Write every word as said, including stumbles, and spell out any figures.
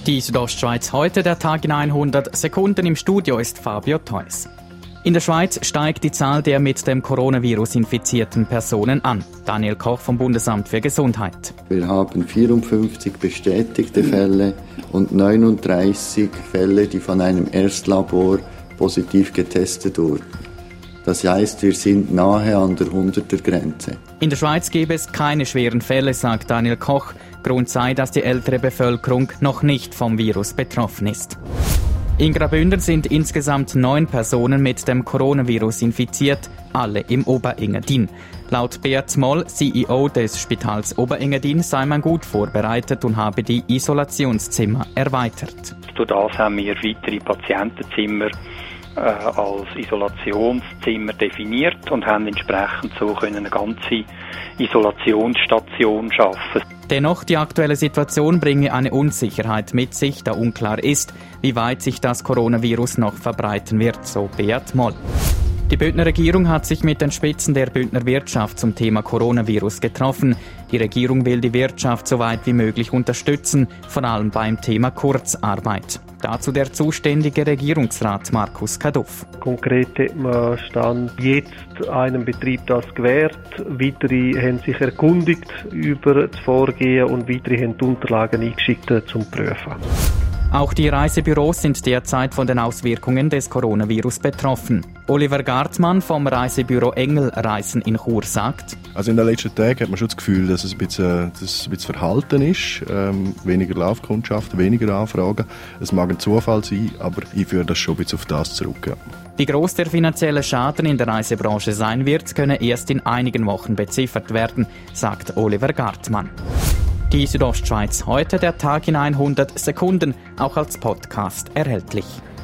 Die Südostschweiz heute, der Tag in hundert Sekunden. Im Studio ist Fabio Theus. In der Schweiz steigt die Zahl der mit dem Coronavirus infizierten Personen an. Daniel Koch vom Bundesamt für Gesundheit. Wir haben vierundfünfzig bestätigte Fälle und neununddreißig Fälle, die von einem Erstlabor positiv getestet wurden. Das heißt, wir sind nahe an der hunderter-Grenze. In der Schweiz gäbe es keine schweren Fälle, sagt Daniel Koch. Grund sei, dass die ältere Bevölkerung noch nicht vom Virus betroffen ist. In Graubünden sind insgesamt neun Personen mit dem Coronavirus infiziert, alle im Oberengadin. Laut Beat Moll, C E O des Spitals Oberengadin, sei man gut vorbereitet und habe die Isolationszimmer erweitert. Durch das haben wir weitere Patientenzimmer äh, als Isolationszimmer definiert und haben entsprechend so können eine ganze Isolationsstation schaffen. Dennoch, die aktuelle Situation bringe eine Unsicherheit mit sich, da unklar ist, wie weit sich das Coronavirus noch verbreiten wird, so Beat Moll. Die Bündner Regierung hat sich mit den Spitzen der Bündner Wirtschaft zum Thema Coronavirus getroffen. Die Regierung will die Wirtschaft so weit wie möglich unterstützen, vor allem beim Thema Kurzarbeit. Dazu der zuständige Regierungsrat Markus Kaduff. Konkret hat man Stand jetzt einem Betrieb das gewährt. Weitere haben sich erkundigt über das Vorgehen und weitere haben die Unterlagen eingeschickt zum Prüfen. Auch die Reisebüros sind derzeit von den Auswirkungen des Coronavirus betroffen. Oliver Gartmann vom Reisebüro Engel Reisen in Chur sagt: Also in den letzten Tagen hat man schon das Gefühl, dass es ein bisschen, dass es ein bisschen verhalten ist. Ähm, weniger Laufkundschaft, weniger Anfragen. Es mag ein Zufall sein, aber ich führe das schon ein bisschen auf das zurück. Ja. Wie groß der finanzielle Schaden in der Reisebranche sein wird, könne erst in einigen Wochen beziffert werden, sagt Oliver Gartmann. Die Südostschweiz heute, der Tag in hundert Sekunden, auch als Podcast erhältlich.